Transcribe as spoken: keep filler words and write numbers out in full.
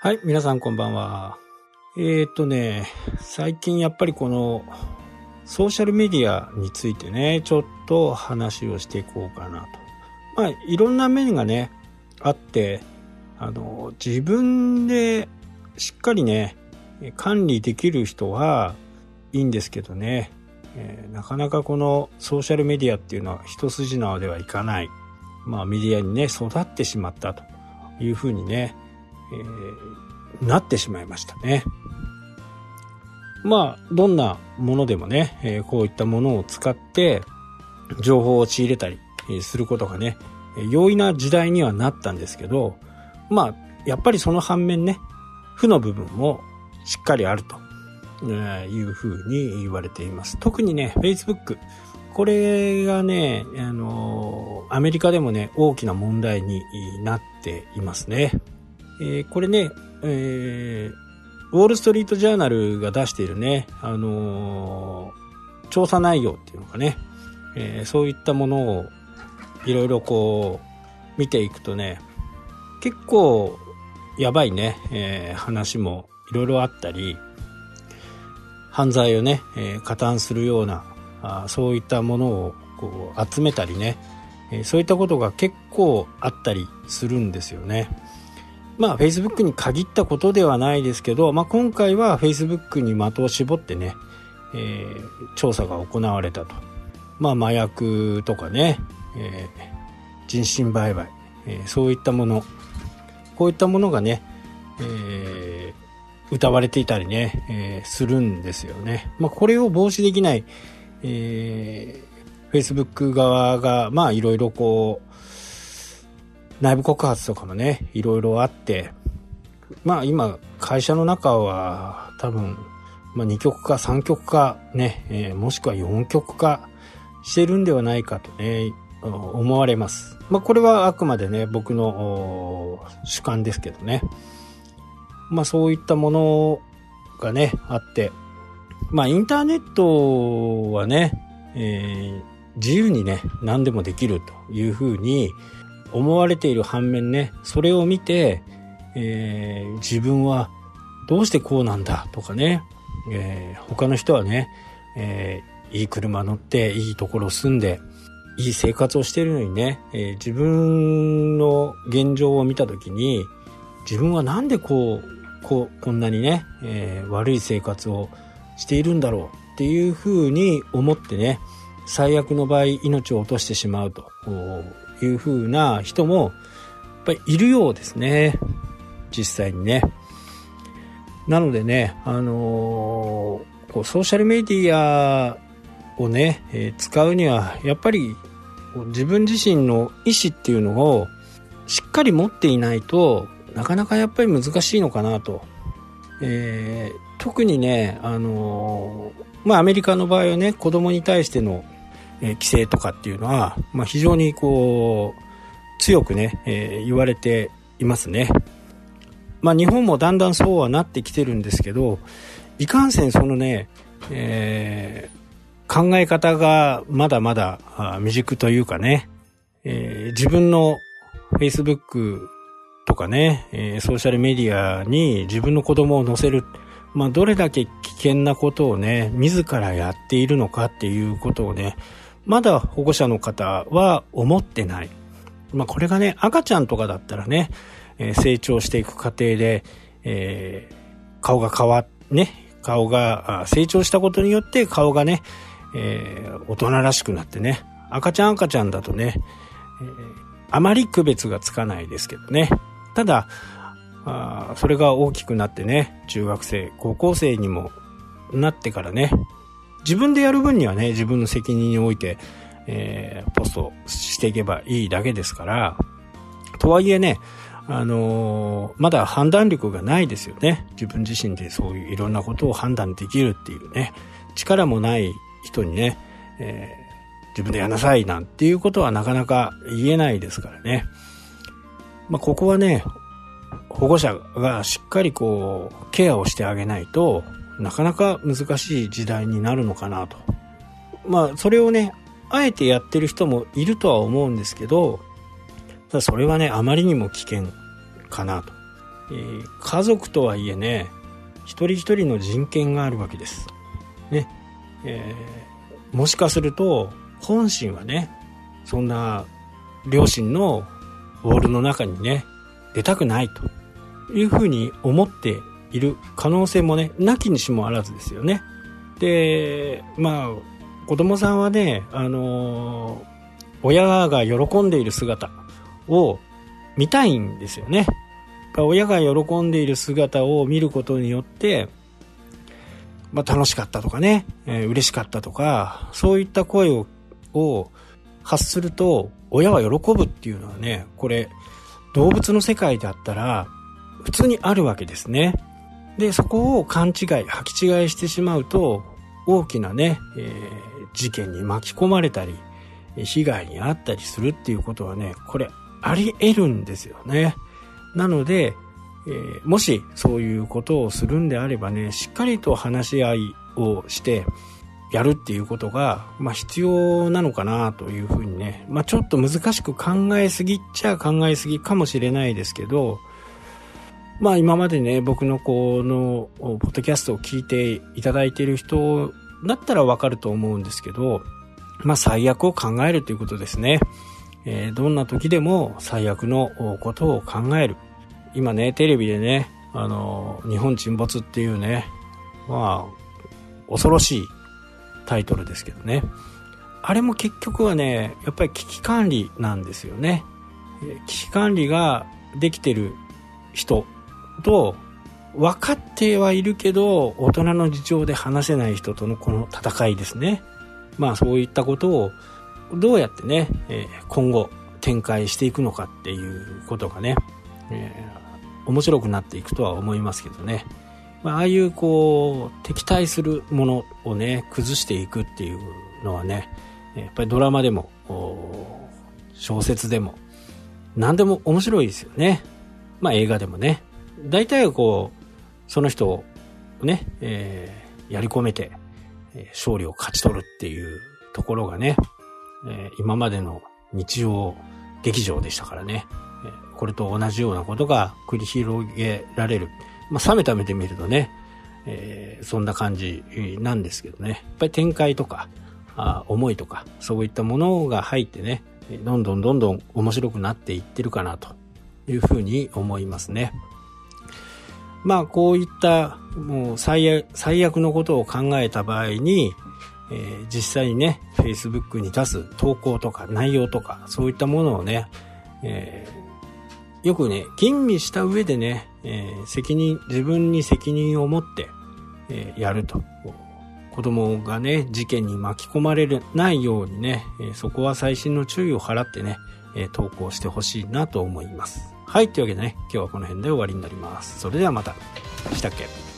はい、皆さんこんばんは。えーとね、最近やっぱりこのソーシャルメディアについてね、ちょっと話をしていこうかなと。まあ、いろんな面がね、あって、あの、自分でしっかりね、管理できる人はいいんですけどね、えー、なかなかこのソーシャルメディアっていうのは一筋縄ではいかない。まあ、メディアにね、育ってしまったというふうにね、えー、なってしまいましたね。まあどんなものでもね、えー、こういったものを使って情報を仕入れたりすることがね、容易な時代にはなったんですけど、まあやっぱりその反面ね、負の部分もしっかりあるというふうに言われています。特にね Facebook、 これがね、あのー、アメリカでもね大きな問題になっていますね。えー、これね、えー、ウォールストリートジャーナルが出しているね、あのー、調査内容っていうのかね、えー、そういったものをいろいろこう見ていくとね、結構やばいね、えー、話もいろいろあったり、犯罪をね、えー、加担するようなあそういったものをこう集めたりね、えー、そういったことが結構あったりするんですよね。まあ Facebook に限ったことではないですけど、まあ、今回は Facebook に的を絞ってね、えー、調査が行われたと。まあ麻薬とかね、えー、人身売買、えー、そういったもの、こういったものがね、えー、謳われていたりね、えー、するんですよね。まあこれを防止できない、えー、Facebook 側がまあいろいろこう内部告発とかもねいろいろあって、まあ今会社の中は多分、まあ、に極化さん極化ね、えー、もしくはよん極化してるんではないかとね思われます。まあこれはあくまでね僕の主観ですけどね、まあそういったものがねあって、まあインターネットはね、えー、自由にね何でもできるというふうに思われている反面ね、それを見て、えー、自分はどうしてこうなんだとかね、えー、他の人はね、えー、いい車乗っていいところ住んでいい生活をしているのにね、えー、自分の現状を見たときに自分はなんでこうこうこんなにね、えー、悪い生活をしているんだろうっていうふうに思ってね、最悪の場合命を落としてしまうという風な人もやっぱりいるようですね、実際にね。なのでね、あのー、こうソーシャルメディアをね、えー、使うにはやっぱり自分自身の意思っていうのをしっかり持っていないとなかなかやっぱり難しいのかなと。えー、特にね、あのー、まあアメリカの場合はね、子供に対してのえー、規制とかっていうのは、まあ、非常にこう強くね、えー、言われていますね。まあ日本もだんだんそうはなってきてるんですけど、いかんせんそのね、えー、考え方がまだまだ未熟というかね、えー、自分の Facebook とかね、えー、ソーシャルメディアに自分の子供を載せる、まあどれだけ危険なことをね自らやっているのかっていうことをねまだ保護者の方は思ってない。まあこれがね赤ちゃんとかだったらね、えー、成長していく過程で、えー、顔が変わっね顔が成長したことによって顔がね、えー、大人らしくなってね、赤ちゃん赤ちゃんだとね、えー、あまり区別がつかないですけどね。ただあそれが大きくなってね、中学生高校生にもなってからね、自分でやる分にはね自分の責任において、えー、ポストしていけばいいだけですから、とはいえね、あのー、まだ判断力がないですよね。自分自身でそういういろんなことを判断できるっていうね力もない人にね、えー、自分でやんなさいなんていうことはなかなか言えないですからね。まあここはね保護者がしっかりこうケアをしてあげないとなかなか難しい時代になるのかなと。まあそれをねあえてやってる人もいるとは思うんですけど、ただそれはねあまりにも危険かなと。 えー、家族とはいえね、一人一人の人権があるわけですね。えー、もしかすると本心はね、そんな両親のウォールの中にね出たくないというふうに思っている可能性もね、なきにしもあらずですよね。で、まあ子供さんはね、あのー、親が喜んでいる姿を見たいんですよね。親が喜んでいる姿を見ることによって、まあ、楽しかったとかね、えー、嬉しかったとか、そういった声を、を発すると親は喜ぶっていうのはね、これ動物の世界だったら普通にあるわけですね。で、そこを勘違い、履き違いしてしまうと大きなね、えー、事件に巻き込まれたり被害に遭ったりするっていうことはね、これあり得るんですよね。なので、えー、もしそういうことをするんであればね、しっかりと話し合いをしてやるっていうことが、まあ、必要なのかなというふうにね、まあ、ちょっと難しく考えすぎっちゃ考えすぎかもしれないですけど、まあ今までね、僕のこのポッドキャストを聞いていただいている人だったらわかると思うんですけど、まあ最悪を考えるということですね。えー、どんな時でも最悪のことを考える。今ね、テレビでね、あの日本沈没っていうね、まあ恐ろしいタイトルですけどね、あれも結局はね、やっぱり危機管理なんですよね。危機管理ができてる人と、分かってはいるけど大人の事情で話せない人とのこの戦いですね。まあそういったことをどうやってね、えー、今後展開していくのかっていうことがね、えー、面白くなっていくとは思いますけどね。まあ、ああいうこう敵対するものをね崩していくっていうのはね、やっぱりドラマでも小説でも何でも面白いですよね。まあ映画でもね、大体はこうその人をね、えー、やり込めて勝利を勝ち取るっていうところがね、えー、今までの日曜劇場でしたからね、えー、これと同じようなことが繰り広げられる。まあ冷めた目で見るとね、えー、そんな感じなんですけどね、やっぱり展開とかあ思いとかそういったものが入ってね、どんどんどんどん面白くなっていってるかなというふうに思いますね。まあこういったもう最悪、最悪のことを考えた場合に、えー、実際にね Facebook に出す投稿とか内容とかそういったものをね、えー、よくね吟味した上でね、えー、責任自分に責任を持って、えー、やると。子供がね事件に巻き込まれないようにね、えー、そこは細心の注意を払ってね、えー、投稿してほしいなと思います。はい、というわけでね、今日はこの辺で終わりになります。それではまた。したっけ。